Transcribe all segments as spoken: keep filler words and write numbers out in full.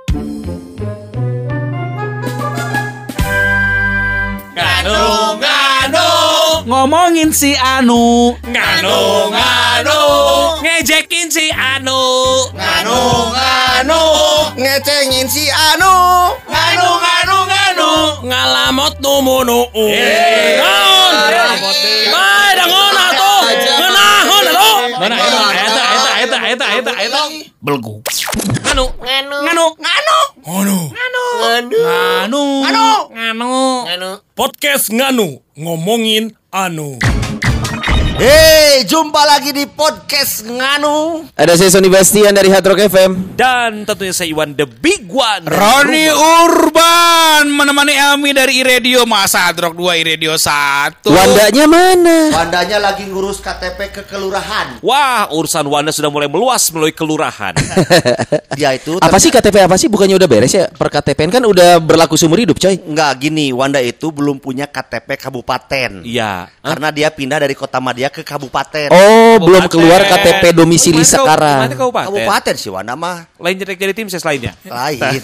Nganu nganu ngomongin si Anu, nganu nganu ngejekin si Anu, nganu nganu ngecengin si Anu, nganu nganu nganu ngalamot numunu. naon, bae dangon atuh, ngeunahon atuh. Mana eta eta eta eta eta eta eta belgu. Nganu nganu, Nganu, nganu nganu nganu, nganu, nganu nganu. podcast nganu ngomongin anu. Hei, jumpa lagi di podcast nganu. Ada saya Sony Bastian dari Hard Rock F M. Dan tentunya saya Iwan the Big One. Roni Urban menemani Elmi dari iRadio. Masa Hard Rock dua iRadio satu. Wandanya mana? Wandanya lagi ngurus K T P ke kelurahan. Wah, urusan Wanda sudah mulai meluas melalui kelurahan. Dia itu Apa sih K T P apa sih? Bukannya udah beres ya? Per K T P kan udah berlaku seumur hidup, coy. Enggak gini, Wanda itu belum punya K T P kabupaten. Iya. Karena dia pindah dari Kota Madia ke kabupaten. Oh, belum Kabupaten. keluar K T P domisili Oh, gimana kau- sekarang. gimana kabupaten? Kabupaten sih Wanda mah Lain jadi jadi tim ses lainnya. lain.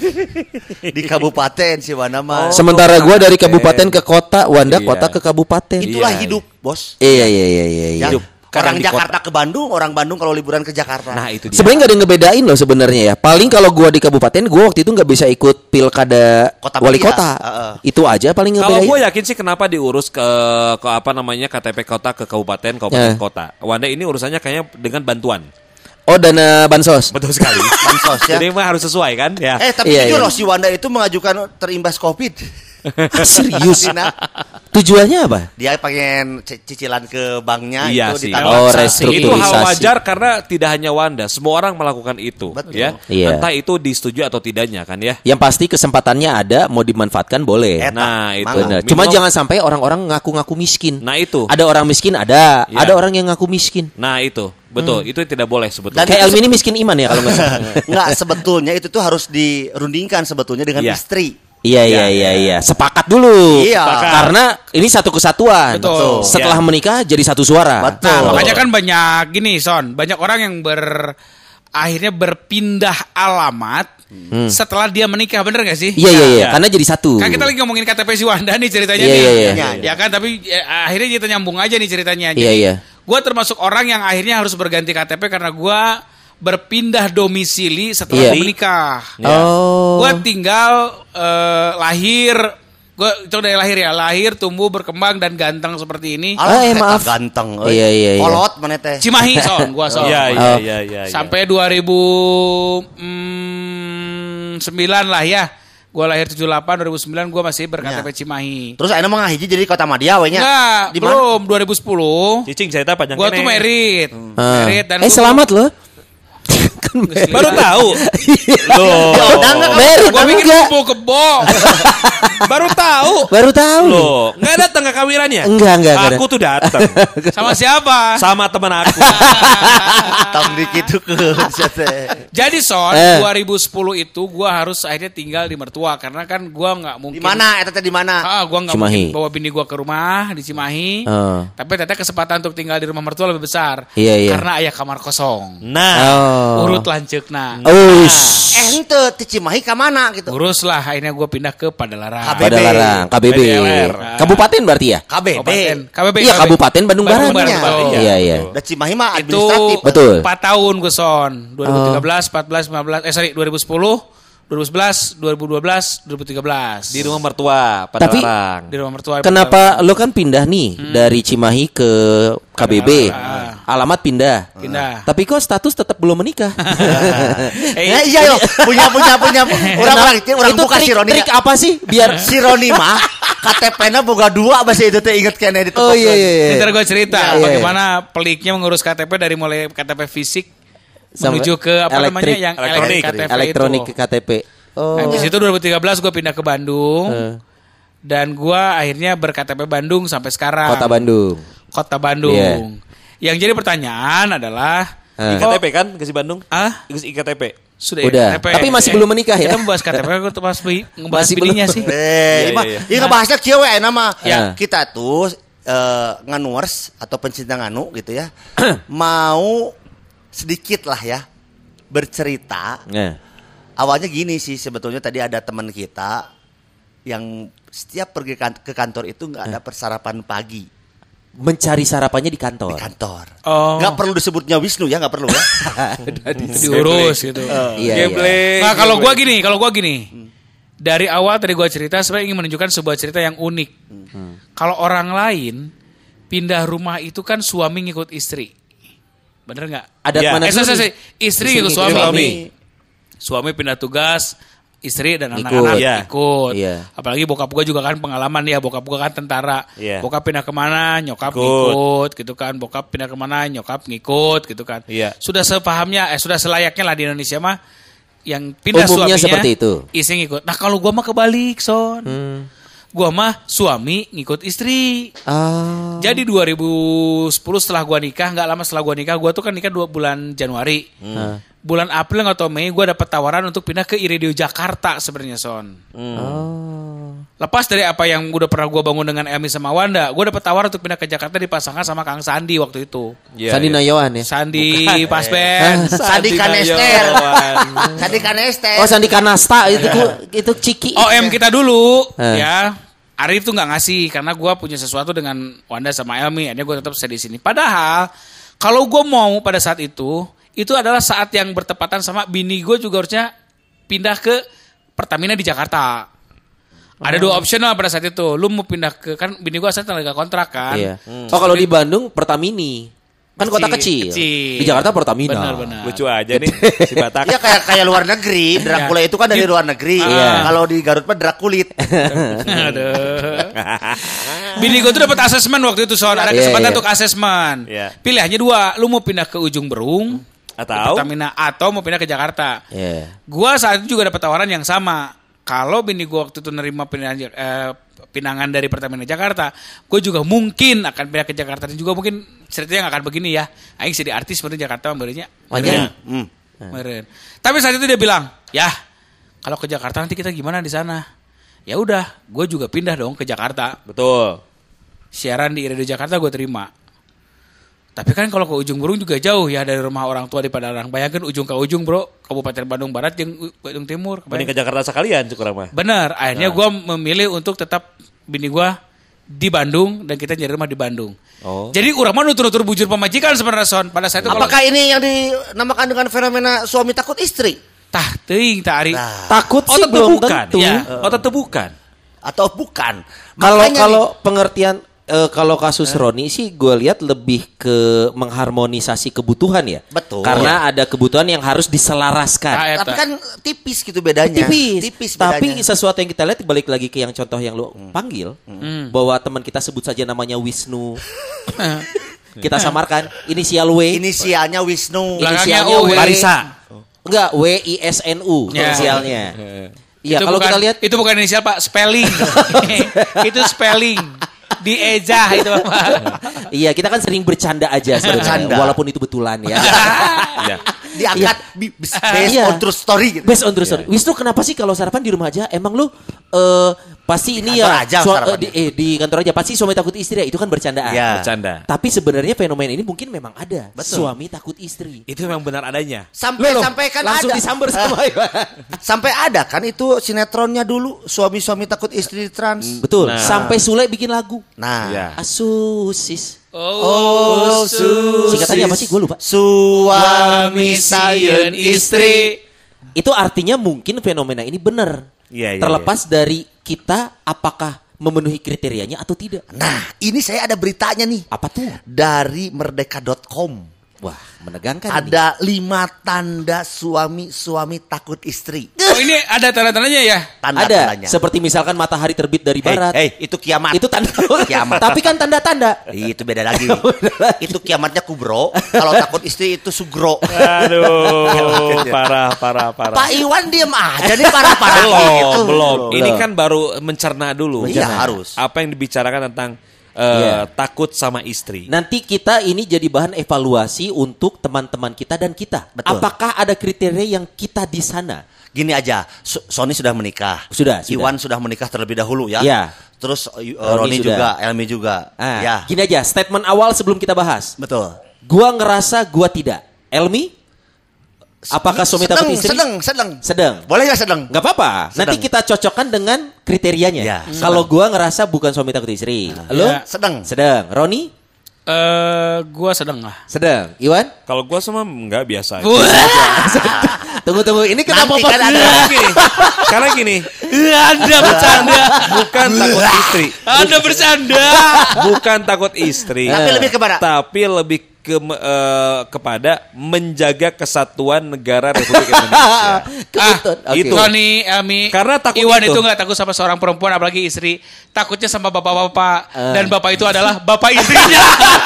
Di kabupaten sih Wanda mah. Sementara gua dari kabupaten ke kota, Wanda Iya. kota ke kabupaten. Itulah Iya, hidup, Bos. Iya iya iya iya. iya. Ya, Kadang orang di Jakarta ke Bandung, orang Bandung kalau liburan ke Jakarta. Nah, itu dia. Sebenarnya nggak ada yang ngebedain loh sebenarnya ya. Paling kalau gua di kabupaten, gua waktu itu nggak bisa ikut pilkada Kota wali Madia. kota. Heeh. Itu aja paling Kalau ngebedain. gue yakin sih kenapa diurus ke ke apa namanya K T P kota ke kabupaten, kabupaten Ya. kota. Wanda ini urusannya kayaknya dengan bantuan. Oh, dana bansos. Betul sekali. Bansos ya. Jadi mah harus sesuai kan? Ya. Eh tapi Iya, jujur iya. loh si Wanda itu mengajukan terimbas Covid. Ah, serius? Nah, Tujuannya apa? dia pengen c- cicilan ke banknya Iya itu sih. ditanggung. Oh, Itu restrukturisasi. hal wajar karena tidak hanya Wanda, semua orang melakukan itu. Betul. Ya. Iya. Entah itu disetujui atau tidaknya kan ya. Yang pasti kesempatannya ada, mau dimanfaatkan boleh. Eta, Nah, itu. mangga. Bener. Cuma Minimal- jangan sampai orang-orang ngaku-ngaku miskin. Nah, itu. Ada orang miskin ada, Iya. ada orang yang ngaku miskin. Nah, itu. Betul, itu tidak boleh sebetulnya. Dan- Kayak Elmi ini miskin iman ya kalau nggak salah. Enggak, sebetulnya itu tuh harus dirundingkan sebetulnya dengan Iya. istri. Iya iya iya iya. Sepakat dulu. Iya. Sepakat. Karena ini satu kesatuan. Betul. Setelah Iya. menikah jadi satu suara. Betul. Nah, makanya kan banyak gini, Son. Banyak orang yang ber akhirnya berpindah alamat setelah dia menikah, bener gak sih? Iya iya iya. Iya. Karena jadi satu. Kan kita lagi ngomongin K T P si Wanda nih ceritanya Iya, nih. iya, iya. Iya, Ya kan, tapi eh, akhirnya kita nyambung aja nih ceritanya. Iya, iya. Gue termasuk orang yang akhirnya harus berganti K T P karena gue berpindah domisili setelah Iya. menikah. Oh. Gue tinggal eh, lahir, gue itu dari lahir ya, lahir, tumbuh, berkembang dan ganteng seperti ini. Ah, eh, eta maaf. ganteng. Iya, iya, iya. Kolot mana teh. Cimahi son, gue son. Iya, iya, Oh. iya, iya. Sampai dua ribu sembilan lah ya. Gue lahir tujuh puluh delapan, dua ribu sembilan gue masih ber-K T P Ya. Cimahi. Terus akhirnya mau ngahiji jadi Kota Madia we nya. Enggak, Di mana? belum dua ribu sepuluh. Cicing cerita panjang Gue kene. tuh merit. Ah. Merit dan eh gua- selamat loh. Baru tahu. Loh. Ya udah enggak kan? Merit Gue bikin enggak. kumpul kebo. Baru tahu. Baru tahu. Loh, enggak datang ke kawirannya? Enggak, enggak, enggak Aku tuh datang Sama siapa? sama teman aku. Tong dikitukeun sia teh. Jadi Son, Eh. dua ribu sepuluh itu gue harus akhirnya tinggal di mertua. Karena kan gue gak mungkin. Di mana eta teh di mana? Ah, gue gak Cimahi. mungkin bawa bini gue ke rumah di Cimahi. Oh. Tapi ternyata kesempatan untuk tinggal di rumah mertua lebih besar. Iya, iya. Karena ayah kamar kosong. Nah, Oh. Urut lanceuk nah. Oh. Eh henteu ti Cimahi ka mana gitu. Urus lah akhirnya gue pindah ke Padalarang. K B B. Pada larang K B B. P D L R. Kabupaten berarti ya? K B B. Kabupaten. K B B. Iya, Kabupaten Bandung Barat. betul. Iya, iya. Da Cimahi mah Itu administratif. Betul. empat tahun gue son. dua ribu tiga belas, empat belas, lima belas, eh sorry dua ribu sepuluh, dua ribu sebelas, dua ribu dua belas, dua ribu tiga belas. di rumah mertua pada Tapi- orang. Di rumah mertua. Kenapa lo kan pindah nih dari Cimahi ke K B B? Alamat pindah. Pindah. Tapi kok status tetap belum menikah? Eh, Ya iya yo, punya punya punya orang orang itu orang itu buka trik, si Roni. trik apa sih biar Si Roni mah K T P-na boga dua bahasa itu teh inget kene di Oh iya iya iya. Ntar gue cerita Iya, iya. bagaimana peliknya mengurus K T P dari mulai K T P fisik Sampai menuju ke apa namanya elektrik. yang Elektronik. K T P Elektronik itu. ke K T P. Oh. Nah, di situ dua ribu tiga belas gue pindah ke Bandung Eh, dan gue akhirnya ber-K T P Bandung sampai sekarang. Kota Bandung. Kota Bandung. Iya. Yang jadi pertanyaan adalah Eh. I K T P kan ke si Bandung? ah I K T P. sudah Udah. K T P. Tapi masih Eh, belum menikah ya? Kita membahas K T P gue tuh pas bi- ngebahas Masih bininya belum. sih. Eh, Iya, iya, iya. iya ngebahasnya kieu we nama. Ya. Kita tuh eh, nganuers atau pencinta nganu gitu ya. Mau sedikit lah ya bercerita Nah. Awalnya gini sih sebetulnya tadi ada teman kita yang setiap pergi kan- ke kantor itu nggak ada persarapan pagi Mencari sarapannya di di kantor. kantor. Oh. Nggak perlu disebutnya Wisnu ya, nggak perlu ya. Diurus gitu. Iya, iya. Nah, kalau gua gini, kalau gua gini. Dari awal tadi gua cerita sebenarnya ingin menunjukkan sebuah cerita yang unik. Kalau orang lain pindah rumah itu kan suami ngikut istri. Bener nggak? Adat Iya. mana Eh, dulu sorry, nih? sorry. Istri ngikut ngikut suami. suami. Suami pindah tugas, istri dan Ikut. anak-anak Iya. ikut. Iya. Apalagi bokap gua juga kan pengalaman ya, bokap gua kan tentara. Iya. Bokap pindah kemana, nyokap Ikut. ngikut gitu kan. Bokap pindah kemana, nyokap ngikut gitu kan. Iya. Sudah sepahamnya, eh sudah selayaknya lah di Indonesia mah yang pindah Umumnya suaminya seperti itu. istri ngikut. Nah kalau gua mah kebalik, Son. Hmm. Gua mah suami ngikut istri. Ah. Jadi dua ribu sepuluh setelah gua nikah, nggak lama setelah gua nikah, gua tuh kan nikah dua bulan Januari. Hmm. Bulan April atau Mei gua dapat tawaran untuk pindah ke Iridio Jakarta sebenarnya, Son. Oh. Lepas dari apa yang udah pernah gua bangun dengan Elmi sama Wanda, gua dapat tawaran untuk pindah ke Jakarta dipasangkan sama Kang Sandi waktu itu. Iya, Sandi iya. Nayawan ya. Sandi Pasben. Sandi Kanester. Sandi Kanester. Oh, Sandi Kanasta itu itu Ciki. O M kita dulu Eh. ya. Arif tuh nggak ngasih karena gua punya sesuatu dengan Wanda sama Elmi, akhirnya gue tetap stay di sini. Padahal kalau gue mau pada saat itu, itu adalah saat yang bertepatan sama bini gue juga harusnya pindah ke Pertamina di Jakarta. Ada dua opsional pada saat itu. Lu mau pindah ke, kan bini gue asalnya tenaga kontrak kan. Iya. Oh, kalau di Bandung Pertamini. Kan kota kecil. Kecil. Di Jakarta Pertamina. Benar-benar. Lucu aja nih si Batak. Ya kayak kayak luar negeri, Dracula itu kan dari luar negeri. Iya. Kalau di Garut mah Drakulit. Aduh. Bini gue tuh dapat asesmen waktu itu, Son. Ada Iya, kesempatan iya. untuk asesmen. Iya. Pilihannya dua. Lu mau pindah ke Ujung Berung Atau Pertamina atau mau pindah ke Jakarta. Iya. Gua saat itu juga dapat tawaran yang sama. Kalau bini gua waktu itu nerima pindahan, eh, pinangan dari Pertamina Jakarta, gue juga mungkin akan pindah ke Jakarta dan juga mungkin ceritanya nggak akan begini ya. Aing jadi artis seperti Jakarta memberinya. Makanya. Hmm. Meren. Tapi saat itu dia bilang, ya kalau ke Jakarta nanti kita gimana di sana? Ya udah, gue juga pindah dong ke Jakarta. betul. Siaran di Radio Jakarta gue terima. Tapi kan kalau ke Ujung Berung juga jauh ya dari rumah orang tua di Padang. Bayangkan ujung ke ujung, Bro, Kabupaten Bandung Barat yang Bandung Timur. Mending ke Jakarta sekalian cukup mah. Benar, akhirnya gue memilih untuk tetap bini gue di Bandung dan kita nyari rumah di Bandung. Oh. Jadi urang mah nutur-nutur bujur pemajikan sebenarnya, Son. Pada saat itu kalau Apakah ini yang dinamakan dengan fenomena suami takut istri? tah teuing tah ari. Nah, Takut Oh, sih tentu belum bukan. tentu. Ya. Oh, tentu bukan. atau bukan? Kalau Makanya kalau nih, pengertian eh, kalau kasus Roni sih gue lihat lebih ke mengharmonisasi kebutuhan ya. Betul. Karena ada kebutuhan yang harus diselaraskan. Ah, tapi eta. kan tipis gitu bedanya. Tipis. Tapi bedanya. sesuatu yang kita lihat balik lagi ke yang contoh yang lu panggil Hmm. bahwa teman kita sebut saja namanya Wisnu. Kita samarkan inisial W. Inisialnya Wisnu. Belakangnya Inisialnya O, W. Larissa. Enggak, W I S N U Ya. inisialnya. Iya, Itu kalau bukan- kita lihat itu bukan inisial Pak, spelling. Itu spelling. Diejah itu Pak. iya, kita kan sering bercanda aja sebenarnya, Bercanda. walaupun itu betulan ya. Iya. Diangkat bi- bis- based Iya. on true story gitu. Based on true story. Wisnu, kenapa sih kalau sarapan di rumah aja? Emang lu eh pasti ini kantor ya aja sua- sarapannya. eh, di, eh, di kantor aja pasti suami takut istri ya, itu kan bercandaan. Iya. Bercanda. Tapi sebenarnya fenomena ini mungkin memang ada. Betul. Suami takut istri. Itu memang benar adanya. Sampai Loh, loh, sampai kan langsung ada. disamber sama Sampai ada kan itu sinetronnya dulu suami-suami takut istri trans. Betul. Nah. Sampai Sule bikin lagu. Nah, Iya. Asusis. Oh, Singkatannya apa sih? Gue lupa. suami sayun istri. Itu artinya mungkin fenomena ini benar. Iya, iya, Terlepas dari kita apakah memenuhi kriterianya atau tidak. Nah, ini saya ada beritanya nih Apa tuh? dari merdeka dot com. Wah, menegangkan ini. Ada lima tanda suami-suami takut istri. Oh, ini ada tanda-tandanya ya? Ada. Tanda-tandanya. Seperti misalkan matahari terbit dari Hei, barat. hei, itu kiamat. Itu tanda Kiamat. Tapi kan tanda-tanda. Itu beda lagi. Itu kiamatnya kubro. Kalau takut istri itu sugro. Aduh, parah, parah, parah. Pak Iwan diem aja nih parah-parah belum, gitu. belum. Ini Belum. kan baru mencerna dulu. Iya, harus. Apa yang dibicarakan tentang eh, Iya. takut sama istri. Nanti kita ini jadi bahan evaluasi untuk teman-teman kita dan kita. Betul. Apakah ada kriteria yang kita di sana? Gini aja, Su- Sony sudah menikah. Sudah, sudah. Iwan sudah menikah terlebih dahulu ya. Iya. Terus uh, Roni Roni sudah. juga, Elmi juga. Ah, Ya, Gini aja, statement awal sebelum kita bahas. betul. Gua ngerasa gua tidak. Elmi? Apakah suami takut istri? Sedang, sedang. Sedang. Boleh nggak sedang? Gak apa-apa. Sedang. Nanti kita cocokkan dengan kriterianya. Ya, Kalau gua ngerasa bukan suami takut istri. Lo? Ya. Sedang. Sedang. Roni? Eh, gua sedang lah. Sedang. Iwan? Kalau gua sama enggak biasa. Tunggu tunggu. Ini kenapa Nanti Pak? kan ada Gini, karena gini, Anda bercanda. bukan takut istri, Anda bercanda. bukan takut istri, Tapi lebih kepada- tapi lebih ke eh, kepada menjaga kesatuan negara Republik Indonesia. Kebetulan. Ah, Oke. itu. Tony, Elmi, Karena takut Iwan itu. itu nggak takut sama seorang perempuan, apalagi istri. Takutnya sama bapak-bapak, Eh. dan bapak itu adalah bapak istrinya.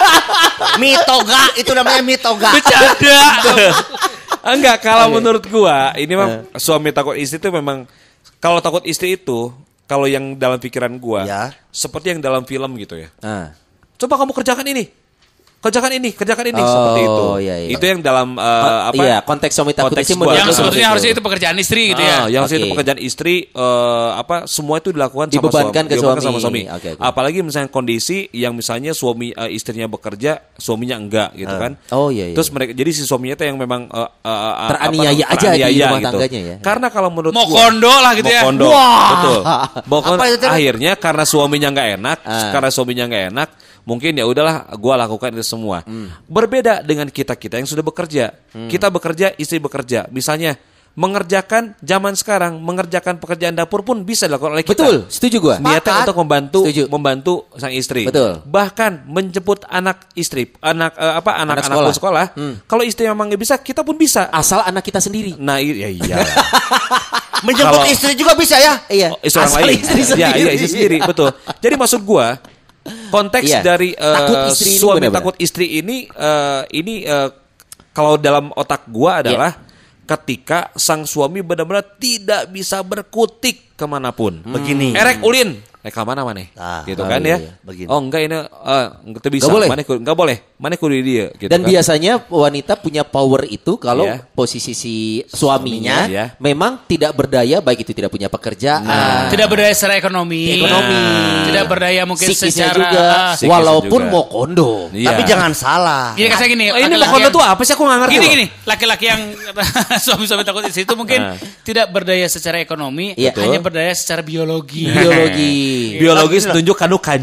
Mitoga, itu namanya mitoga. Bercanda. Enggak, kalau Oke. menurut gua ini mah suami takut istri itu memang kalau takut istri itu kalau yang dalam pikiran gua Ya. seperti yang dalam film gitu ya. Ah. Coba kamu kerjakan ini. Kerjakan ini, kerjakan ini Oh, seperti itu. iya, iya. Itu yang dalam eh, Oh, apa? iya, konteks suami takut konteks istri gua. menurut Yang lu sebetulnya seperti harusnya itu. itu pekerjaan istri gitu ya. Ah, yang Oke. itu pekerjaan istri eh, apa semua itu dilakukan sama Dibebankan suami, ke dibebankan suami. sama suami. Oke, oke. Apalagi misalnya kondisi yang misalnya suami eh, istrinya bekerja, suaminya enggak gitu kan. Oh, iya, iya. Terus mereka jadi si suaminya itu yang memang eh, eh, eh, Teraniaya apa, aja di teraniaya rumah gitu. tangganya ya. Karena kalau menurut Mau gua- kondo lah gitu mau ya. kondo, Wah. betul. Mau kondo, Apa itu, Ter? akhirnya karena suaminya nggak enak, Ah. karena suaminya nggak enak, mungkin ya udahlah gua lakukan itu semua. Hmm. Berbeda dengan kita-kita yang sudah bekerja. Kita bekerja, istri bekerja. Misalnya mengerjakan zaman sekarang, mengerjakan pekerjaan dapur pun bisa dilakukan oleh kita. Betul, setuju gua. Niatnya untuk membantu Setuju. membantu sang istri. Betul. Bahkan menjemput anak istri, anak eh, apa anak-anak sekolah. pun sekolah. Kalau istri memang nggak bisa, kita pun bisa. Asal anak kita sendiri. Nah, i- ya iya. Menjemput Kalau- istri juga bisa ya? Iya. Oh, istri orang Asal lain. istri Ya, sendiri. iya, istri sendiri, betul. Jadi maksud gua konteks Iya. dari eh, Takut istri ini suami benar-benar. takut istri ini eh, ini eh, kalau dalam otak gua adalah ketika sang suami benar-benar tidak bisa berkutik kemanapun. Begini. Erek ulin. Eh ke mana mana? Ah, gitu oh, kan iya, ya. iya. Begini. Oh enggak ini eh enggak bisa. Nggak boleh. Mana ku- enggak boleh. Mana kudu dia gitu Dan kan. biasanya wanita punya power itu kalau Iya. posisi si suaminya Suaminya, iya. memang tidak berdaya, baik itu tidak punya pekerjaan, Tidak berdaya secara ekonomi. ekonomi, Tidak berdaya mungkin psikisnya secara juga, ah, Psikisnya walaupun juga. mau kondo. Iya. Tapi jangan salah. Gini kasih gini. Oh, ini laki-laki mau kondo yang- tuh apa sih aku nggak ngerti. Gini loh. gini, laki-laki yang suami-suami takut istri itu mungkin Nah. tidak berdaya secara ekonomi, Iya. hanya berdaya secara biologi. Biologi. Biologis tunjuk kanu kanjut.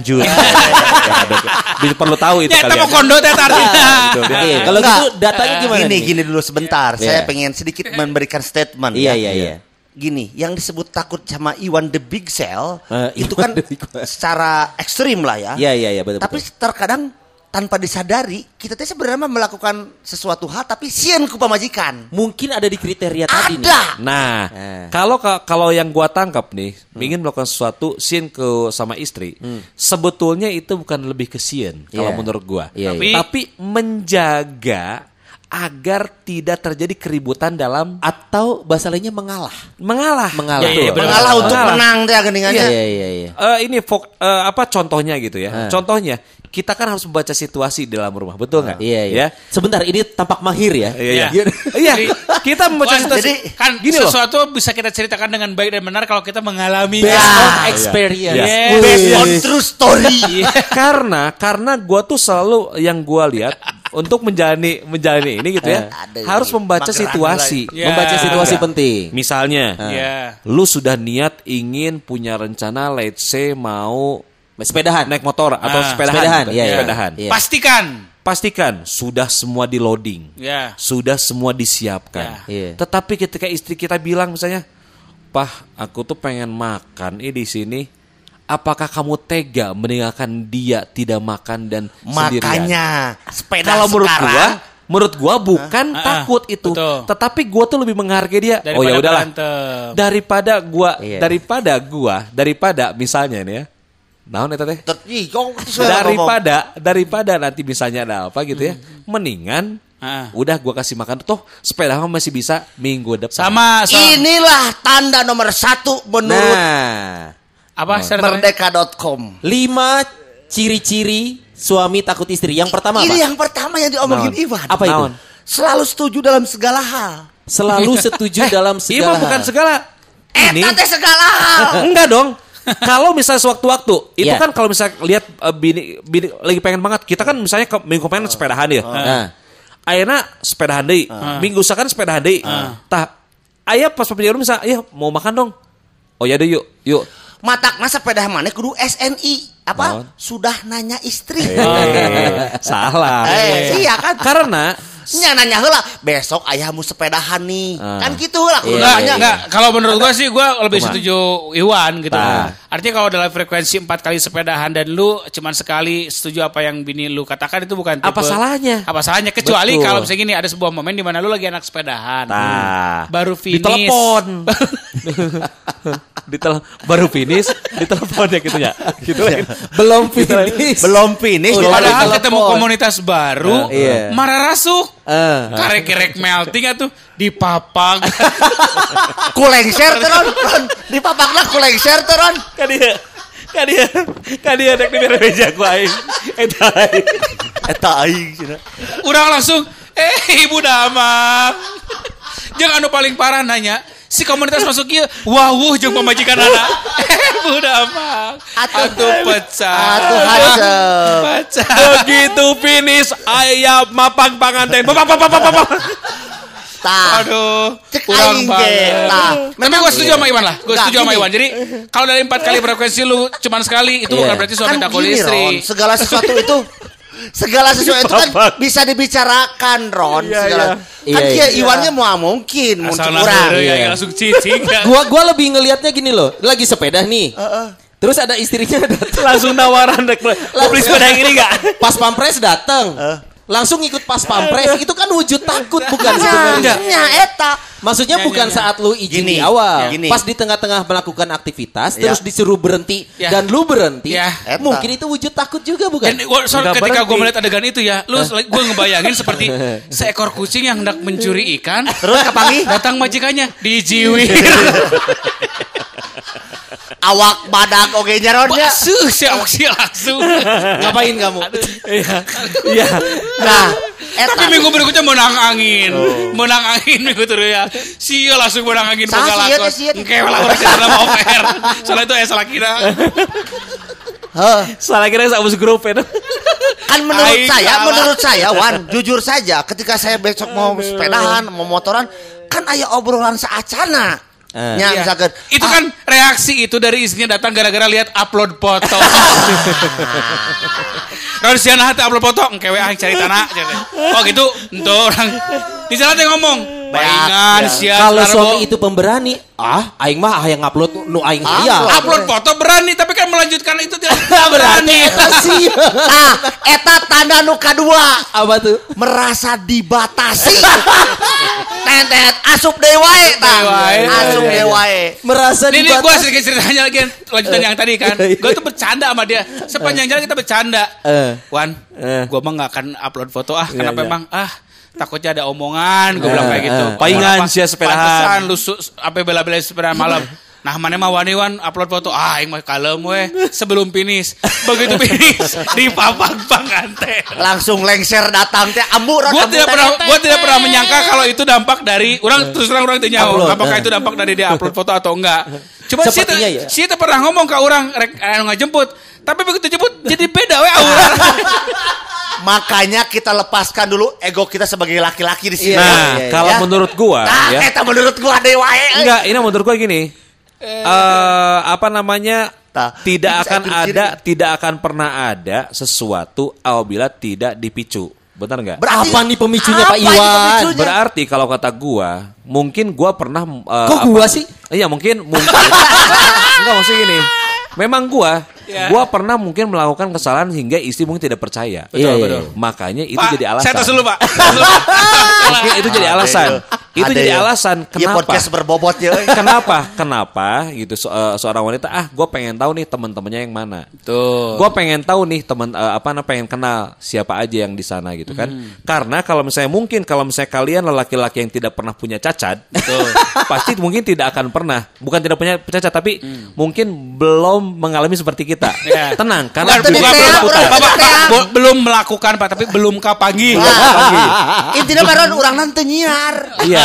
Bisa perlu tahu itu Ya, kita kalian. mau kondo teh artinya. Betul, dia- Oke, kalau Enggak. gitu datanya gimana Gini, nih? gini dulu sebentar. Iya. Saya pengen sedikit memberikan statement. Iya, ya. iya, iya. Gini, yang disebut takut sama Iwan the Big Cell Eh, itu Iwan kan the Big Cell. secara ekstrim lah ya. Iya, iya, iya, betul. Tapi betul. terkadang tanpa disadari kita tuh sebenarnya melakukan sesuatu hal tapi sieun ku pamajikan. Mungkin ada di kriteria tadi nih. Ada. Nah, Eh. kalau ka- kalau yang gua tangkap nih, ingin melakukan sesuatu sin ke sama istri, sebetulnya itu bukan lebih ke sin kalau Iya. menurut gua. Iya, Tapi- iya. Tapi menjaga agar tidak terjadi keributan dalam Atau bahasa lainnya mengalah. mengalah. Mengalah. Iya, iya, benar. Mengalah untuk Mengalah. menang teh geningannya. Iya, iya, iya. Eh, ini fok, eh, apa contohnya gitu ya? Ah. Contohnya kita kan harus membaca situasi di dalam rumah, betul nggak? Iya, iya. Ya? Sebentar, ini tampak mahir ya. Iya, iya. Iya. Iya, kita membaca Wah, situasi. jadi kan Gini loh. sesuatu bisa kita ceritakan dengan baik dan benar kalau kita mengalami. Based Ya. on experience. Yes. Based on true story. karena karena gua tuh selalu yang gua lihat untuk menjalani menjalani ini gitu ya, Aduh, harus membaca mageran situasi. lagi. Ya. Membaca situasi Enggak. penting. Misalnya, Iya. lu sudah niat ingin punya rencana, let's say mau Sepedahan. naik motor atau Ah. sepedahan, Sepedahan, gitu. iya, iya. Sepedahan. Iya. Pastikan. Pastikan sudah semua di loading, Ya. sudah semua disiapkan. Ya. Iya. Tetapi ketika istri kita bilang misalnya, "Pah, aku tuh pengen makan ini di sini." Apakah kamu tega meninggalkan dia tidak makan dan sendirian? Makanya sepeda Kalau menurut sekarang gua, menurut gua bukan Ah, ah, takut itu, betul. tetapi gua tuh lebih menghargai dia. Daripada Oh ya udahlah. berantem. Daripada gua, Iya. daripada gua, daripada misalnya nih ya. Naon eta teh? Ter- Ih, kok sesuai ngomong. Daripada daripada nanti misalnya ada apa gitu ya. Mendingan Ah. udah gua kasih makan toh sepeda mah masih bisa minggu depan. Sama, sama Inilah tanda nomor satu menurut Nah, apa syarat- merdeka dot com. lima ciri-ciri suami takut istri. Yang pertama Ini apa? yang pertama yang diomongin Naon? Iwan. Apa itu? Naon? Selalu setuju dalam segala hal. Selalu setuju dalam Iya segala mah bukan hal. segala. Ini Eta teh segala hal. enggak dong. Kalau misalnya sewaktu-waktu, itu Iya. kan kalau misalnya lihat uh, bini, bini lagi pengen banget, kita kan misalnya ke minggu kemarin sepedahan ya. Nah, ayeuna sepedahan deui. Minggu sakan sepedahan deui. Tah aya pas papanya urang bisa, "Iya, mau makan dong." "Oh ya deh yuk, yuk." Matakna sepeda maneh kudu S N I apa? Oh. Sudah nanya istri. Eh, salah. Eh, iya kan? Karena nya nanya heula, besok ayahmu sepedahan nih. Ah. Kan gitu lah kudu Enggak, nanya. enggak. Kalau menurut gua sih gua lebih Kumaha? setuju Iwan gitu. Nah. Artinya kalau dalam frekuensi empat kali sepedahan dan lu cuman sekali setuju apa yang bini lu katakan itu bukan tipe. Apa salahnya? Apa salahnya? Kecuali Betul. kalau misalnya gini ada sebuah momen di mana lu lagi enak sepedahan. Nah, Baru finish. ditelepon. Ditel baru finish, ditelepon ya gitu ya. Gitu ya. Belum finish. Belum finish. Oh, dia Padahal lagi ketemu telepon. komunitas baru, iya. marah rasuk. Eh. Karek-karek melting atuh dipapag. Kulengser teron, Ron. Di papakna kulengser teron. Kan dia, kan dia, kan dia dek di meja ku aing. Eta aing. Eta aing cenah. Urang langsung, eh ibu damang. Jangan anu paling parah nanya, si komunitas masuk ieu, wawuh jeung pamajikan anak. Eh ibu damang. Atuh- Atuh pecah. Atuh hasem. Pecah. Begitu finish ayam mapang panganten. Papa papa papa papa. Tah. Aduh, Cek kurang aing ge. banget. Nah, Tapi gue setuju sama Iwan lah, gue Enggak, setuju sama gini. Iwan. Jadi kalau dari empat kali frekuensi lu cuman sekali, itu bukan berarti suami kan takut gini, istri. Ron, segala sesuatu itu segala sesuatu itu kan Bapak. bisa dibicarakan, Ron. Iya, segala. iya. Kan Iya, kia iya. Iwannya mau mungkin Asal muncul nah kurang. heureuy, ya, Iya. langsung cicing. ya. Gua gua lebih ngelihatnya gini loh, lagi sepeda nih. Terus ada istrinya datang. Langsung nawaran dek. Mau beli sepeda yang ini enggak? Pas pampres datang. Langsung ikut pas pampres. Itu kan wujud takut bukan sebenarnya. Nya eta. Maksudnya Ya, bukan ya, ya. saat lu izin Gini, di awal. gini. Pas di tengah-tengah melakukan aktivitas Ya. terus disuruh berhenti Ya. dan lu berhenti. Ya. Eta. Mungkin itu wujud takut juga bukan? Dan gua, so, Nggak ketika gue berhenti. melihat adegan itu ya, lu gue ngebayangin seperti seekor kucing yang hendak mencuri ikan. Terus kapangi Datang majikannya, dijiwir. awak badak oge nya Ron nya. Basuh, si awak si langsung. Ngapain kamu? Iya. Iya. Nah, eta. Tapi minggu berikutnya menang angin, menang angin minggu terus ya. Sia langsung menang angin Saha boga sia lakon. teh sia teh? Engke lah urang cenah mau fair. Soalnya itu ya salah kira. Heuh. Salah kira sama grup itu. Kan menurut Aing saya, salah. menurut saya Wan, jujur saja ketika saya besok mau sepedahan, mau motoran, kan aya obrolan saacana. Eh. Nya Iya. misalkan Itu ah, kan reaksi itu dari istrinya datang gara-gara lihat upload foto. Kalau si anak upload foto, engke we aing cari tanah. Oh gitu, ente orang di sana teh ngomong, baingan Ya. sia. Kalau sarbo." suami itu pemberani, ah, aing mah hayang ngupload nu aing hayang. upload foto berani, tapi kan melanjutkan itu tidak Berarti berani. eta sih. ah, eta tanda nu kadua Apa tuh? merasa dibatasi. Tetet asup deui wae tah. Deui wae. Asup deui wae. Merasa Ini gue dibatasi. sedikit ceritanya lagi lanjutan yang tadi kan. Gue tuh bercanda sama dia. Sepanjang jalan kita bercanda. Eh. Wan, Eh. gue mah gak akan upload foto ah. Kenapa iya. emang ah takutnya ada omongan. Gue bilang kayak gitu. eh. Palingan Kenapa? sia sepedahan. Pantesan lu su- apa bela-bela sepedahan malam. Nah mana mah wani wan upload foto. Ah yang mah kalem weh. Sebelum finish. Begitu finish. Di papang panganten. Langsung lengser datang teh ambu Ron. Gue ambu tidak teh. pernah, gue tidak pernah menyangka kalau itu dampak dari orang terus terang orang tanya Upload, apakah eh. itu dampak dari dia upload foto atau enggak. Cuma si Sepertinya ya. si itu pernah ngomong ke orang rek anu ngajemput, tapi begitu jemput jadi beda we aura. Makanya kita lepaskan dulu ego kita sebagai laki-laki di sini. Iya, Nah, iya, kalau Ya. menurut gua Nah, ya. eta menurut gua deui wae. euy. Enggak, ini menurut gua gini. Eh apa namanya? Tah, Tidak bisa akan ciri-ciri. ada, tidak akan pernah ada sesuatu apabila tidak dipicu. Benar nggak? Berarti- Apa nih pemicunya Apa Pak ini Iwan? pemicunya? Berarti kalau kata gua, mungkin gua pernah eh, Kok apa- gua sih? Iya, mungkin mungkin. Enggak maksud gini. Memang gua, Ya. gua pernah mungkin melakukan kesalahan hingga istri mungkin tidak percaya. Iya, iya, betul. iya. Makanya itu Pak, jadi alasan. saya tos dulu Pak. Tos dulu, Pak. Mungkin itu jadi alasan. Itu Ada jadi ya. alasan Iya kenapa? podcast berbobot ya. euy. Kenapa? Kenapa gitu se- eh, seorang wanita ah gue pengen tahu nih teman-temannya yang mana. Tuh. Gue pengen tahu nih teman eh, apa namanya pengen kenal siapa aja yang di sana gitu kan. Karena kalau misalnya mungkin kalau misalnya kalian lelaki-laki yang tidak pernah punya cacat, pasti mungkin tidak akan pernah. Bukan tidak punya cacat tapi mungkin belum mengalami seperti kita. Ya. Tenang karena Bukan, Bukan, bukan, bukan, belum, bukan, Pak, Pak, bukan. Pak, bo- belum melakukan Pak, tapi belum kapangi. Intinya baron urang nanti nyiar. Iya.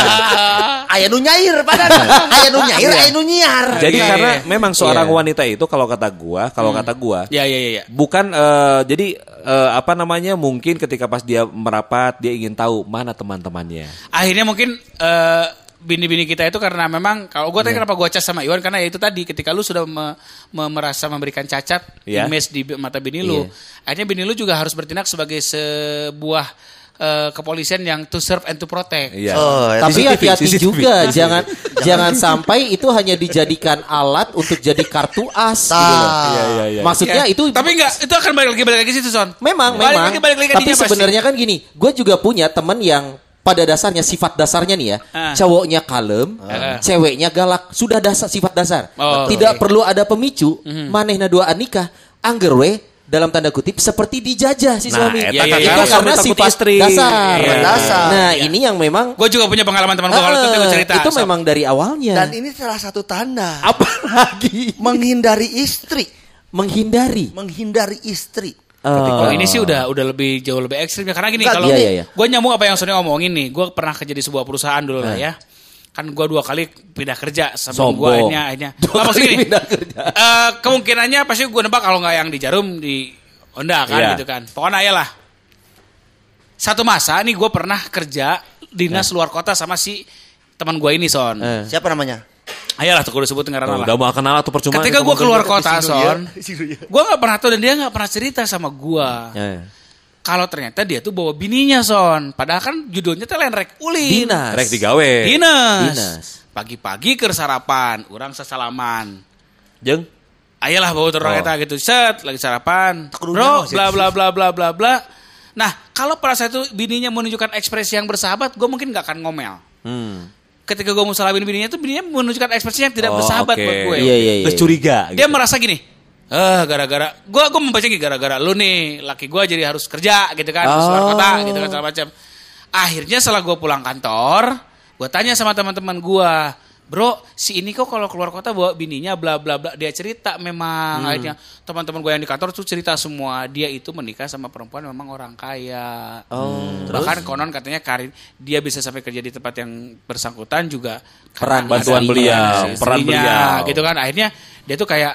Aya nu nyair padahal. Aya nu nyair, aya nu nyiar. Jadi Iya, karena iya. memang seorang Iya. wanita itu kalau kata gua, kalau kata gua, Ya ya ya ya. bukan eh, jadi eh, apa namanya mungkin ketika pas dia merapat dia ingin tahu mana teman-temannya. Akhirnya mungkin eh, bini-bini kita itu karena memang kalau gue tadi kenapa gue cas sama Iwan karena ya itu tadi ketika lu sudah me- me- merasa memberikan cacat Iya. image di mata bini lu, akhirnya bini lu juga harus bertindak sebagai sebuah eh, kepolisian yang to serve and to protect. Iya. Oh, ya. Tapi C C T V, hati-hati C C T V. juga, jangan jangan sampai itu hanya dijadikan alat untuk jadi kartu as gitu loh. Iya, iya, iya. Maksudnya Ya, itu tapi enggak itu akan balik lagi balik lagi situ Son. memang balik memang. lagi balik lagi ke Tapi dinya pasti. sebenarnya kan gini, gue juga punya teman yang pada dasarnya sifat dasarnya nih ya, Ah. cowoknya kalem, Ah. ceweknya galak, sudah dasar sifat dasar. Oh, Tidak oke. perlu ada pemicu, manehna duaan nikah, angger we dalam tanda kutip seperti dijajah si Nah, suami. eta Iya, iya, Itu iya. karena Takut sifat istri. dasar. Iya. Dasar. Nah, ini yang memang Gue juga punya pengalaman teman gue kalau itu gue Eh, cerita. itu Sob. memang dari awalnya. Dan ini salah satu tanda apa lagi? menghindari istri, Menghindari. menghindari istri. Kalau Eh, ini sih udah udah lebih jauh lebih ekstrim ya karena gini Enggak, kalau iya, iya, iya. gue nyambung apa yang Sony omongin nih, gue pernah kerja di sebuah perusahaan dulu lah ya. Kan gue dua kali pindah kerja sebelum gue Sombong. akhirnya akhirnya. Dua Nah, maksud kali gini, pindah kerja. eh, kemungkinannya pasti gue nebak kalau nggak yang di Jarum di Honda kan Iya. gitu kan. Pokoknya ya lah. Satu masa nih gue pernah kerja dinas luar kota sama si teman gue ini Son. Eh. Siapa namanya? Ayolah tuh gue sebut ngaran Oh, lah. udah mau kenal atau percuma. Ketika kita gue ngomongin keluar gitu. kota Son, Iya. gue nggak pernah tahu dan dia nggak pernah cerita sama gue. Eh. Kalau ternyata dia tuh bawa bininya Son. Padahal kan judulnya tuh lain rek ulin. Dinas. Rek digawe. Dinas. Dinas. Pagi-pagi ke sarapan, orang sesalaman. Jeung Ayolah bawa turun Oh. eta gitu. Set, lagi sarapan. Takut Bro, undang, sih. bla bla bla bla bla bla. Nah, kalau pada saat itu bininya menunjukkan ekspresi yang bersahabat, gue mungkin gak akan ngomel. Hmm. Ketika gue mau salamin bininya tuh bininya menunjukkan ekspresi yang tidak Oh, bersahabat oke. buat gue. Iya, iya, iya. Terus curiga. Dia gitu. merasa gini, eh gara-gara gue gue membaca gini gara-gara lu nih laki gue jadi harus kerja gitu kan di luar Oh. kota gitu kan segala macam. Akhirnya setelah gue pulang kantor, gue tanya sama teman-teman gue, bro si ini kok kalau keluar kota bawa bininya bla bla bla. Dia cerita memang akhirnya teman-teman gue yang di kantor tuh cerita semua dia itu menikah sama perempuan memang orang kaya. Oh, Bahkan konon katanya karir dia bisa sampai kerja di tempat yang bersangkutan juga Peran karena bantuan ada beliau, si peran istrinya, beliau. gitu kan. Akhirnya dia tuh kayak,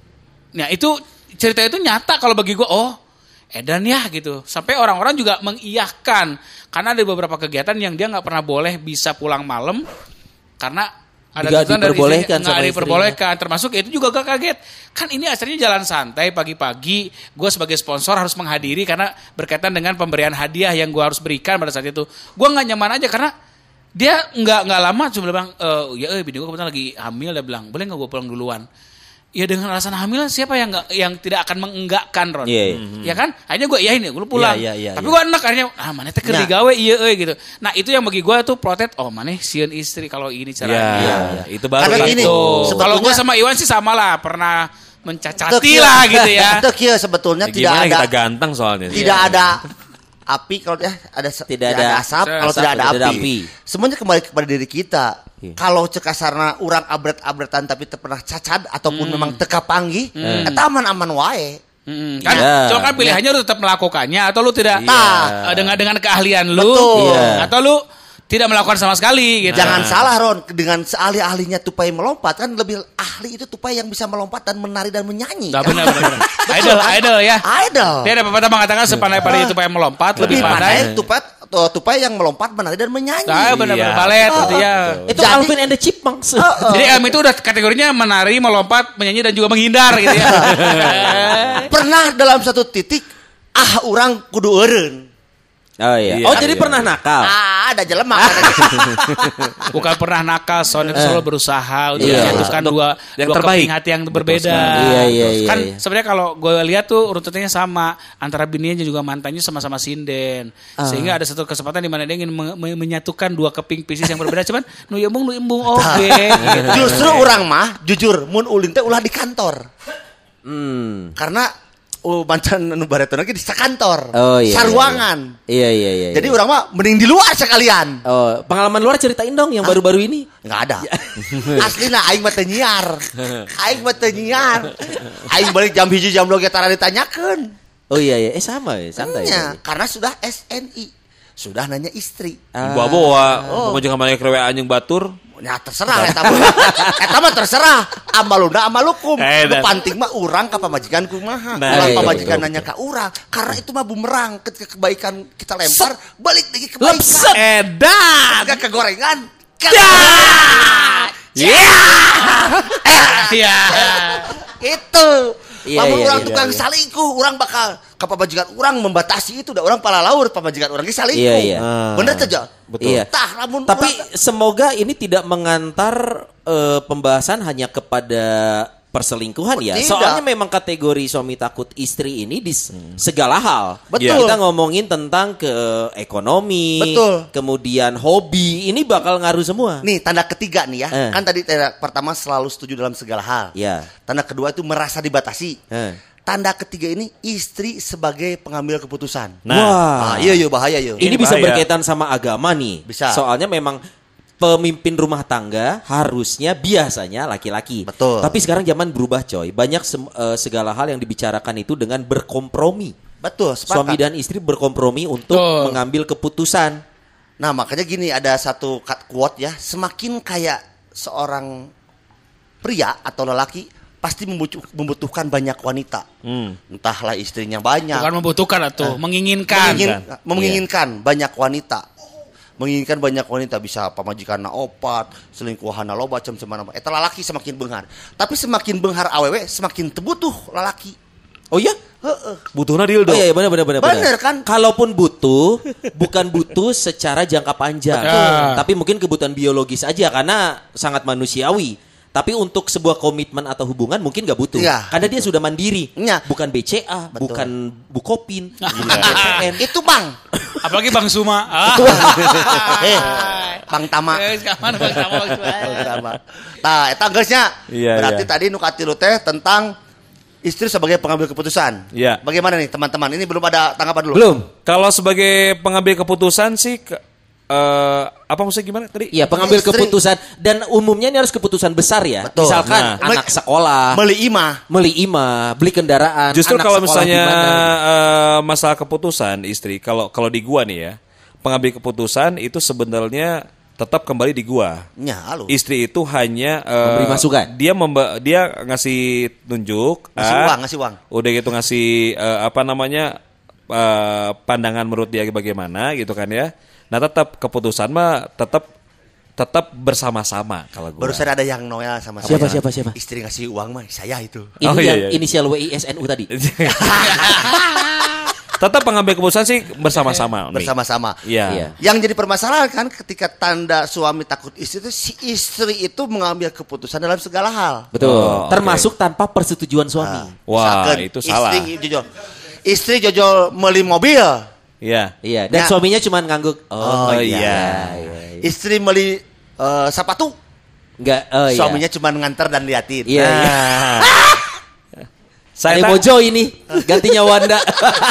nah itu cerita itu nyata kalau bagi gue, oh edan ya gitu. Sampai orang-orang juga mengiyahkan karena ada beberapa kegiatan yang dia nggak pernah boleh bisa pulang malam karena ada Nggak tuntutan dari diperbolehkan istrinya, sama nggak istrinya. diperbolehkan. Termasuk itu juga gak kaget. Kan ini asalnya jalan santai pagi-pagi. Gue sebagai sponsor harus menghadiri karena berkaitan dengan pemberian hadiah yang gue harus berikan pada saat itu. Gue nggak nyaman aja karena dia nggak nggak lama cuma bilang, eh ya eh bini gue kebetulan lagi hamil. Dia bilang boleh nggak gue pulang duluan. Ya dengan alasan hamil siapa yang nggak yang tidak akan mengenggakkan Ron? Iya, iya. Ya kan? Akhirnya gue iyain ya, gue pulang. Iya, iya, iya, Tapi iya. gue enak akhirnya, ah mana teh keur Nah. digawe iya euy gitu. Nah itu yang bagi gue tuh protek, oh mana sieun istri kalau ini Ya, caranya. itu baru Karena kan gini, tuh. Tuh. sebetulnya- Kalau gue sama Iwan sih sama lah, pernah mencacati Itu kia. lah gitu ya. Itu kia sebetulnya Ya, tidak gimana ada kita ganteng soalnya. tidak ada api kalau ya ada se- Tidak tidak ada ada asap asap, kalau tidak ada tidak ada api. api. Semuanya kembali kepada diri kita. Iya. Kalau cek kasarna urang abret-abretan tapi teu pernah cacat ataupun Hmm. memang teka panggih, eta aman-aman wae. Hmm, kan, Ya. cuma kan pilihannya lu tetap melakukannya atau lu tidak Iya. eh, dengan dengan keahlian lu, Betul. Iya. atau lu tidak melakukan sama sekali gitu. Jangan salah Ron, dengan seahli-ahlinya tupai melompat kan lebih ahli itu tupai yang bisa melompat dan menari dan menyanyi. Nggak benar benar. Idol idol ya. Idol. Dia ada pepatah mengatakan sepandai-pandai itu yang melompat lebih Lebih pandai pandai. tupai tuh, tupai yang melompat menari dan menyanyi. Nah, benar-benar Iya. balet gitu ya. Itu Jadi- Alvin and the Chipmunks. Jadi M itu udah kategorinya menari, melompat, menyanyi dan juga menghindar gitu ya. Pernah dalam satu titik ah orang kudu eureun. Oh iya. Iya, Oh jadi iya. pernah nakal. Ah, ada jelema. Bukan pernah nakal, Son itu selalu berusaha untuk Iya. menyatukan dua yang dua terbaik. keping hati yang berbeda. Iya, iya, iya, Kan iya. sebenarnya kalau gue lihat tuh runtutannya sama antara bininya juga mantannya sama-sama sinden. Sehingga ada satu kesempatan di mana dia ingin me- me- menyatukan dua keping piscis yang berbeda cuman nu embung nu embung oge. gitu. Justru orang mah jujur mun ulin teh ulah di kantor. Hmm. Karena oh mancan nu baretona ge di sakantor. Oh iya. Saruangan. Iya iya iya. Jadi iya. orang mah mending di luar sekalian. Oh, pengalaman luar ceritain dong yang baru-baru ini. Enggak ada. Aslina aing mah teu nyiar. Aing mah teu nyiar. Aing balik jam hiji jam dua ge tara ditanyakeun. Oh iya iya, eh sama ya, santai. Nya, santai. karena sudah S N I. sudah nanya istri. Bawa-bawa pamajikan mana krewe anjing batur. Ya terserah eta mah. Eta mah terserah. Amaluna amalukum. Eh, Nu dan- penting mah urang ka pamajikan kumaha. Nah, Ulah iya, pamajikan betul, nanya ka urang. Karena itu mah bumerang ketika kebaikan kita lempar balik lagi kebaikan. Lepset. Edan. Ketika kegorengan. Ya. Iya. Itu. Iya, Lamun iya, urang iya, tukang iya. salingkuh, urang bakal ka pamajikan urang membatasi itu, da urang pala laur pamajikan urang ge salingkuh. Iya, iya. Bener teh, Jal? Betul. Iya. Tah lamun Tapi urang- semoga ini tidak mengantar eh, pembahasan hanya kepada perselingkuhan ya. Tidak. Soalnya memang kategori suami takut istri ini di s- segala hal. Betul. Kita ngomongin tentang ke ekonomi, Betul. kemudian hobi, ini bakal ngaruh semua. Nih tanda ketiga nih ya. Eh. Kan tadi tanda pertama selalu setuju dalam segala hal. Ya. Tanda kedua itu merasa dibatasi. Eh. Tanda ketiga ini istri sebagai pengambil keputusan. Nah. Ah, iya iya bahaya iya. Ini Ini bisa bahaya. berkaitan sama agama nih. Bisa. Soalnya memang pemimpin rumah tangga harusnya biasanya laki-laki. Betul. Tapi sekarang zaman berubah coy. Banyak sem- eh, segala hal yang dibicarakan itu dengan berkompromi. Betul, sepakat. Suami dan istri berkompromi untuk Betul. mengambil keputusan. Nah, makanya gini ada satu cut quote ya, semakin kayak seorang pria atau lelaki pasti membutuh- membutuhkan banyak wanita. Hmm. Entahlah istrinya banyak. Bukan membutuhkan atau menginginkan. Mengingin- menginginkan banyak wanita. Menginginkan banyak wanita bisa pamajikan opat, selingkuhan loba macam mana. Eta lalaki semakin benghar. Tapi semakin benghar awewe semakin tebutuh lalaki. Oh iya? Heeh. Butuhna dildo. Oh iya, iya benar benar benar. Bener, kan? Kalaupun butuh, bukan butuh secara jangka panjang. Betul. Tapi mungkin kebutuhan biologis aja karena sangat manusiawi. Tapi untuk sebuah komitmen atau hubungan mungkin gak butuh. Iya, Karena dia sudah mandiri. Iya. Bukan B C A, Betul. bukan Bukopin, bukan B P N. Itu Bang. Apalagi Bang Suma. Ah. Eh, Bang Tama. Eh, kapan Bang Tama, Bang Suma. Tama. Tah, eta geusnya. Iya, Berarti iya. tadi nu katilu teh tentang istri sebagai pengambil keputusan. Iya. Bagaimana nih teman-teman? Ini belum ada tanggapan dulu. Belum. Kalau sebagai pengambil keputusan sih ke- eh, apa maksudnya gimana tadi? Iya, pengambil Istri. keputusan dan umumnya ini harus keputusan besar ya. Betul. Misalkan Nah. anak sekolah, Meli imah. beli imah, beli kendaraan. Justru anak kalau sekolah misalnya gimana. eh, masalah keputusan istri, kalau kalau di gua nih ya, pengambil keputusan itu sebenarnya tetap kembali di gua. Nya, halo. Istri itu hanya eh, Memberi masukan. Dia memba- dia ngasih tunjuk, Ngasih ah, uang, ngasih uang. Udah gitu ngasih eh, apa namanya eh, pandangan menurut dia bagaimana gitu kan ya. Nah tetap keputusan mah tetap tetap bersama-sama kalau gua. Barusan ada yang noya sama Siapa, saya. siapa, siapa? Istri ngasih uang mah saya itu. Ini Oh, iya, yang iya. inisial W I S N U tadi. Tetap pengambil keputusan sih bersama-sama. Umi. Bersama-sama. Iya. Iya. Yang jadi permasalahan kan ketika tanda suami takut istri itu si istri itu mengambil keputusan dalam segala hal. Betul. Oh, oke. Termasuk tanpa persetujuan suami. Wah, Misalkan itu salah. Istri jojol, istri jojol beli mobil. Iya. Iya, dan Ya. suaminya cuma ngangguk. Oh, Oh, iya. iya, iya. Istri beli eh, sepatu. Enggak, oh iya. Suaminya cuma nganter dan liatin. Iya, iya. Nah. Saya Saya tak- Mojo ini gantinya Wanda.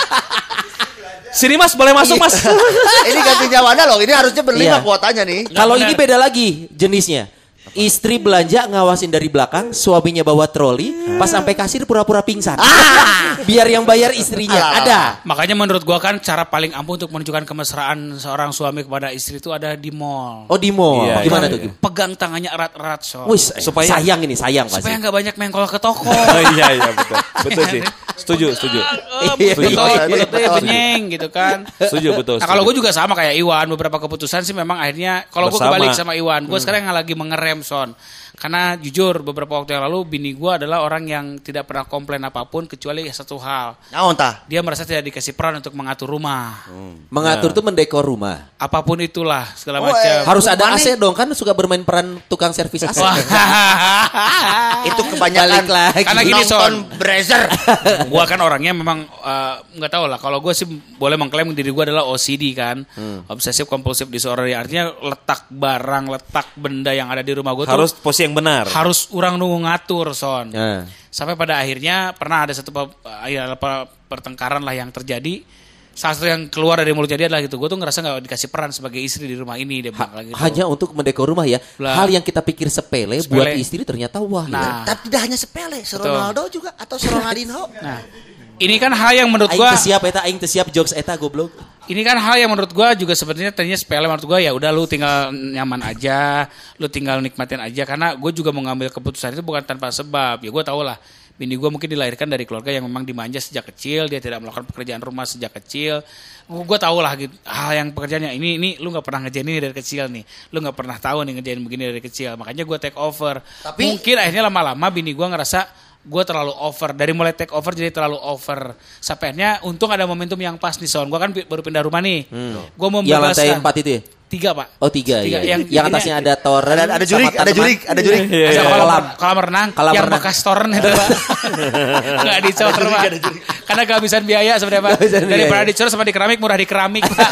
Sini Mas, boleh masuk Mas. Ini gantinya Wanda loh. Ini harusnya berlima Iya. kuotanya nih. Kalau benar. ini beda lagi jenisnya. Istri belanja ngawasin dari belakang, suaminya bawa troli, pas sampai kasir pura-pura pingsan. Biar yang bayar istrinya. Alah, Ada. Makanya menurut gua kan cara paling ampuh untuk menunjukkan kemesraan seorang suami kepada istri itu ada di mall. Oh di mall. Iya, Gimana iya, tuh? iya. Gim? Pegang tangannya erat-erat so. Wis, Supaya- sayang ini, sayang pasti. Supaya nggak banyak mengkol ke toko. Oh, iya iya betul. Betul sih. Setuju, setuju. Oh, Iya, betul, iya, betul, iya. benyeng gitu kan. Setuju betul. Nah kalau setuju. gue juga sama kayak Iwan, beberapa keputusan sih memang akhirnya kalau gue Bersama. kebalik sama Iwan, gue sekarang yang lagi mengerem son. Karena jujur beberapa waktu yang lalu bini gue adalah orang yang tidak pernah komplain apapun kecuali satu hal. Naon tah? Dia merasa tidak dikasih peran untuk mengatur rumah. Mengatur tuh mendekor rumah. Apapun itulah segala Oh, macam. eh. Harus ada Mana? A C dong kan suka bermain peran tukang servis A C. Itu kebanyakan Balik lagi. Karena gini, nonton Son. Brazer. Gua kan orangnya memang eh, nggak tahu lah. Kalau gue sih boleh mengklaim diri gue adalah O C D kan, obsessive compulsive disorder. Artinya letak barang, letak benda yang ada di rumah gue tuh harus posisi yang benar. harus orang nunggu ngatur son. Nah. Sampai pada akhirnya pernah ada satu pe- ya, apa, pertengkaran lah yang terjadi. Salah satu yang keluar dari mulutnya dia adalah gitu. Gue tuh ngerasa nggak dikasih peran sebagai istri di rumah ini dia bilang lagi. Hanya untuk mendekor rumah ya. Lah. Hal yang kita pikir sepele, Sepele. buat istri ternyata wah ya. Nah. Tapi tidak hanya sepele, Betul. Ronaldo juga atau Ronaldinho. Nah, ini kan hal yang menurut Aing gua teu siap eta, aing teu siap jokes eta goblok. Ini kan hal yang menurut gue juga sebenarnya tadinya sepele, menurut gue ya udah lu tinggal nyaman aja, lu tinggal nikmatin aja, karena gue juga mau ngambil keputusan itu bukan tanpa sebab. Ya gue tau lah, bini gue mungkin dilahirkan dari keluarga yang memang dimanja sejak kecil, dia tidak melakukan pekerjaan rumah sejak kecil. Gue tau lah gitu, hal yang pekerjaannya ini ini lu nggak pernah ngerjain ini dari kecil nih, lu nggak pernah tahu nih ngerjain begini dari kecil, makanya gue take over. Tapi mungkin akhirnya lama-lama bini gue ngerasa gue terlalu over, dari mulai take over jadi terlalu over. Sampainya untung ada momentum yang pas nih Son. Gue kan baru pindah rumah nih. Hmm. Gue mau yang lantai empat itu ya? Tiga pak. Oh tiga, tiga iya. Yang, yang atasnya ada toren, ada, ada jurik, ada jurik, ada jurik. Ada kolam, kolam renang, kolam yang renang. bekas toren itu pak. Nggak dicor pak. Karena kehabisan biaya sebenarnya pak. Daripada dicor sama di keramik, murah di keramik pak.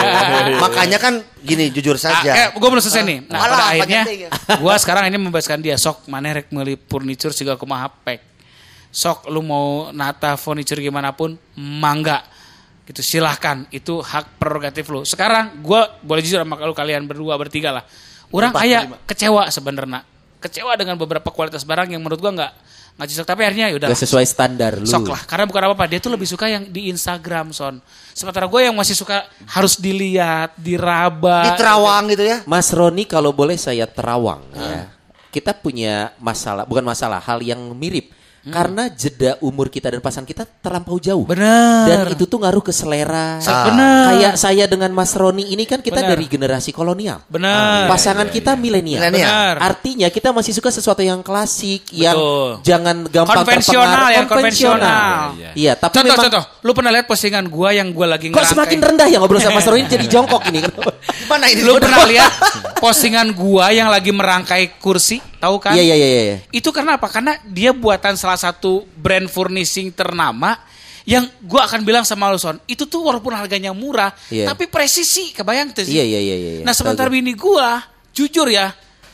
Makanya kan gini, jujur saja. Ah, eh, gue belum selesai nih. Nah Alah, pada akhirnya, gue sekarang ini membebaskan dia. Sok mana rek meuli furniture juga kumaha pek. Sok lu mau nata furniture gimana pun, mangga. Gitu silahkan, itu hak prerogatif lu. Sekarang gue boleh jujur sama lu kalian berdua bertiga lah, orang kayak kecewa sebenarnya, kecewa dengan beberapa kualitas barang yang menurut gue nggak nggak cocok, tapi akhirnya yaudah nggak sesuai standar lu. Sok lah, karena bukan apa-apa, dia tuh lebih suka yang di Instagram Son, sementara gue yang masih suka harus dilihat, diraba, di terawang gitu ya. Mas Roni kalau boleh saya terawang hmm. ya, kita punya masalah, bukan masalah, hal yang mirip. Hmm. Karena jeda umur kita dan pasangan kita terlampau jauh. Benar. Dan itu tuh ngaruh ke selera. Ah. Benar. Kayak saya dengan Mas Roni ini kan kita Benar. dari generasi kolonial. Benar. Pasangan kita milenial. Artinya kita masih suka sesuatu yang klasik, Betul. yang jangan gampang konvensional, yang konvensional. Iya, tapi contoh, memang contoh. Lu pernah lihat postingan gua yang gua lagi ngerangkai. Kok semakin rendah ya ngobrol sama Mas Roni jadi jongkok ini. Gimana ini? Lu pernah lihat postingan gua yang lagi merangkai kursi? Tahu kan? Iya, iya, iya, iya. Itu karena apa? Karena dia buatan salah satu brand furnishing ternama yang gue akan bilang sama lu Son, itu tuh walaupun harganya murah, yeah. tapi presisi, kebayang tuh sih. Iya, iya, iya, iya. Nah sementara Tahu bini gue, jujur ya,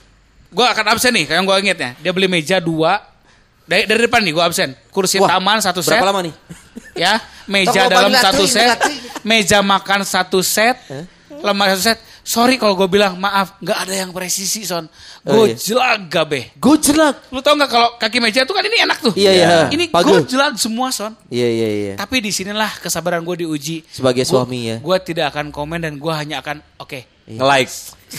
gue akan absen nih, kayak gue ingetnya, dia beli meja dua, dari, dari depan nih gue absen, kursi Wah, taman satu set. Berapa lama nih? Ya, meja dalam satu set, meja makan satu set, huh? lemari satu set. Sorry kalau gue bilang maaf, nggak ada yang presisi Son. Gue oh, iya. jelag gabe. Gue jelag. Lu tau nggak kalau kaki meja tuh kan ini enak tuh. Iya iya. Ini gue jelag semua Son. Iya iya iya. Tapi disinilah kesabaran gue diuji. Sebagai gua, suami ya. Gue tidak akan komen dan gue hanya akan oke. Okay. Like.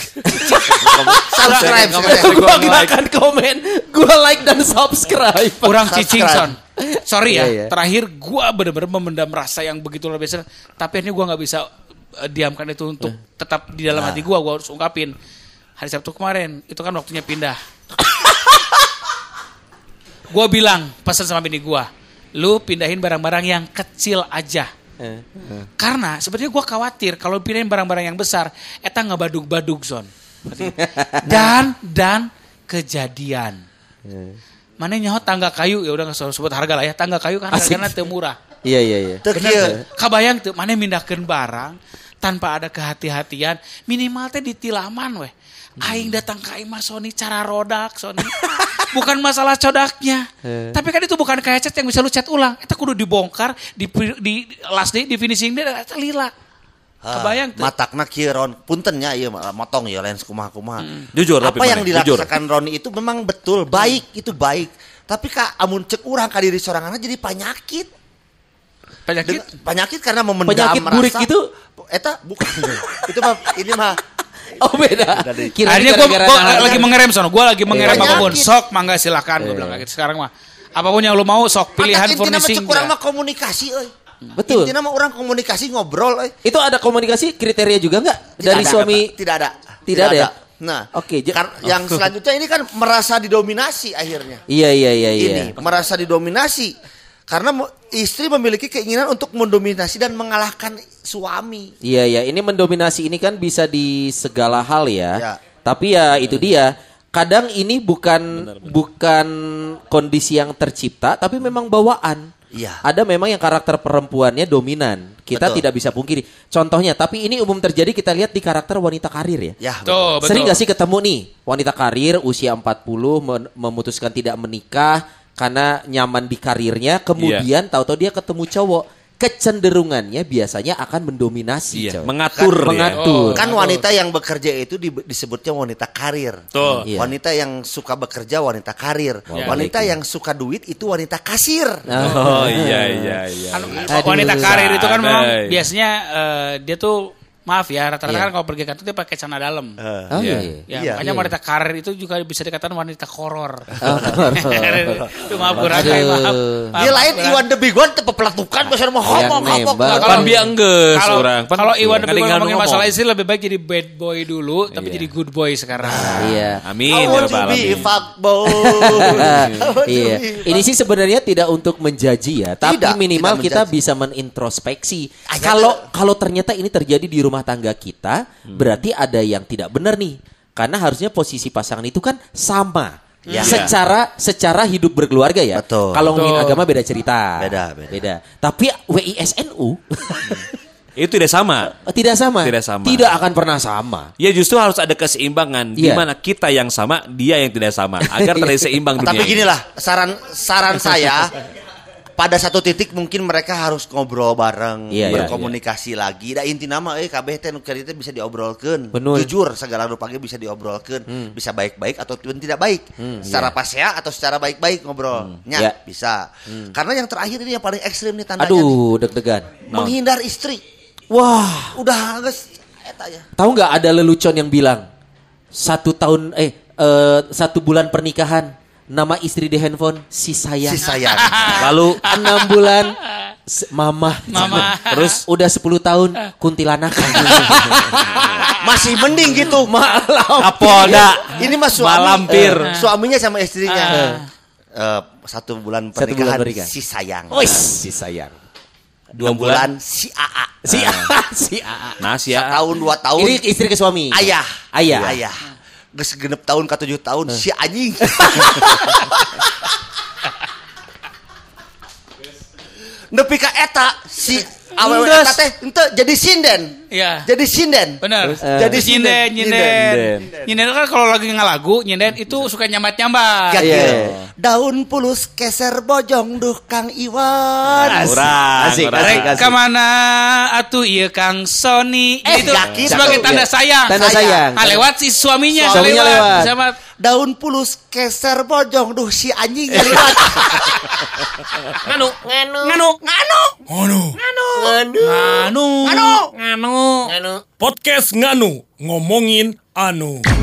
Subscribe. Gue gak akan komen. Gue like dan subscribe. Kurang cicing Son. Sorry ya. Iya, iya. Terakhir gue benar-benar memendam rasa yang begitu luar biasa. Tapi ini gue nggak bisa uh, diamkan itu untuk uh. tetap di dalam nah. hati gue. Gue harus ungkapin. Hari Sabtu kemarin, itu kan waktunya pindah. Gue bilang, pesan sama bini gue, lu pindahin barang-barang yang kecil aja. Uh, uh. Karena sebenarnya gue khawatir kalau pindahin barang-barang yang besar, eta ngebadug-badug Son. Dan dan kejadian. Uh. Mana nyaho tangga kayu, ya udah nggak sebut harga lah ya, tangga kayu kan harganya teu murah. Iya iya iya. Bener, kabayang tuh, mana mindahkeun barang tanpa ada kehati-hatian, minimal teh ditilaman weh. Aing datang ke Aing Mas Sony cara rodak Sony. Bukan masalah codaknya. Tapi kan itu bukan kayak cat yang bisa lu cat ulang. Itu kudu dibongkar, di, di last day, di finishing day, itu lila. Kebayang tuh. Matakna kieu Ron, puntennya ieu motong ya lain kumaha-kumaha. Hmm. Jujur apa yang dilaksanakan Roni itu memang betul, baik, itu baik. Tapi Kak amun cek urang ka diri soranganna jadi penyakit. Penyakit? Den, penyakit karena memendam penyakit rasa. Penyakit burik itu? Eta bukan. Itu mah ini mah oh beda. Akhirnya gue lagi mengerem Sono, gue lagi mengerem apapun. Sok mangga silakan gue bilang gitu. Sekarang mah apapun yang lu mau sok pilihan furnishing. Intinya mah komunikasi euy. Betul. Intinya mah orang komunikasi ngobrol euy. Itu ada komunikasi kriteria juga enggak dari ada, suami? Tidak ada. Tidak, tidak ada. Ya? Nah, oke. Okay, oh. Yang selanjutnya ini kan merasa didominasi akhirnya. Iya iya iya iya. Ini merasa didominasi. Karena istri memiliki keinginan untuk mendominasi dan mengalahkan suami. Iya ya, ini mendominasi ini kan bisa di segala hal ya. Ya. Tapi ya itu dia. Kadang ini bukan benar, benar. bukan kondisi yang tercipta, tapi memang bawaan. Iya. Ada memang yang karakter perempuannya dominan. Kita betul. Tidak bisa pungkiri. Contohnya, tapi ini umum terjadi kita lihat di karakter wanita karir ya. Ya betul. Betul. Sering gak sih ketemu nih wanita karir usia empat puluh memutuskan tidak menikah karena nyaman di karirnya, kemudian yeah. tahu-tahu dia ketemu cowok kecenderungannya biasanya akan mendominasi, Iya, coy. mengatur Kan- ya. mengatur. Kan wanita yang bekerja itu di- disebutnya wanita karir. Tuh. Iya. Wanita yang suka bekerja wanita karir. Wow, Wanita baik, ya. yang suka duit itu wanita kasir. Oh iya iya iya. Anu, iya. wanita karir itu kan memang Sadai. biasanya eh, dia tuh maaf ya rata-rata Iya. kan kalau pergi kantor dia pakai celana dalam. Oh Iya. iya. iya. Ya, Iya, makanya iya. wanita karir itu juga bisa dikatakan wanita koror. Oh, Itu maaf kurang Aduh. maaf. maaf. Dia lain kurang. Iwan The Big One teu pelatukan biasanya mah Yang ngomong ngomong. nembak. Nah, Pan biar enggeus kalau orang. Pan- kalau Iwan Kan lebih tinggal ngomongin ngomong. masalah istri lebih baik jadi bad boy dulu tapi Iya. jadi good boy sekarang. Iya. Amin I ya want rabbal to be alamin. fuckboy. Iya. Ini sih sebenarnya tidak untuk menjaji ya, tapi Tidak, minimal tidak kita menjudge. bisa menintrospeksi. Ah, ya, Kalau betul. kalau ternyata ini terjadi di rumah tangga kita, berarti ada yang tidak benar nih. Karena harusnya posisi pasangan itu kan sama. Ya. Secara secara hidup berkeluarga ya. Betul. Kalau ngomongin Betul. agama beda cerita. Beda, beda. Tapi W I S N U Itu tidak sama. tidak sama. Tidak sama. Tidak akan pernah sama. Ya justru harus ada keseimbangan di Iya. mana kita yang sama, dia yang tidak sama agar terjadi seimbang dunia. Tapi ini. gini lah, saran saran saya pada satu titik mungkin mereka harus ngobrol bareng, Iya, iya, berkomunikasi lagi. Da inti nama eh kabeh teh nu kieu teh bisa diobrolkeun. Bener. Jujur segala rupa ge bisa diobrolkeun. Bisa baik-baik atau tidak baik. Secara pasea atau secara baik-baik ngobrol. Nya Ya. bisa. Karena yang terakhir ini yang paling ekstrim nih tandanya. nih. Aduh, deg-degan. Menghindar istri. Wah, Udah geus eta ya. tahu nggak ada lelucon yang bilang satu tahun eh eh, satu bulan pernikahan nama istri di handphone si sayang. Si sayang. Lalu Enam bulan s- mama. Mama. Terus udah sepuluh tahun kuntilanak. Masih mending gitu. Kapolda. Ini mah suami, Malampir. eh, suaminya sama istrinya. Eh, satu bulan Satu bulan pernikahan pernikahan. si sayang. Wis, si sayang. Dua bulan si A A. Si si A A. nah sia Tahun dua tahun Ini istri ke suami. ayah. Ayah. Ayah. Geus genep tahun ke tujuh tahun si anjing. Nepi ka eta si awewe Enggeus. eta teh henteu jadi sinden. Iya. Jadi sinden. Benar. Jadi nyinden, nyinden. Nyinden kan kalau lagi ngalagu, nyinden itu suka nyambat-nyambat. Ya, Iya. iya. Daun pulus keser bojong duh Kang Iwan. Urang, Asik, urang. asik, Rek asik. kemana atuh ieu Kang Sony Eh, gitu ya gitu. sebagai tanda Iya. sayang. Tanda sayang. Ah, lewat si suaminya, Suaminya lewat. Sama Daun pulus keser bojong duh si anjing lewat. nganu, nganu, nganu, nganu, Nganu. nganu, nganu, nganu. Podcast Nganu. Ngomongin anu.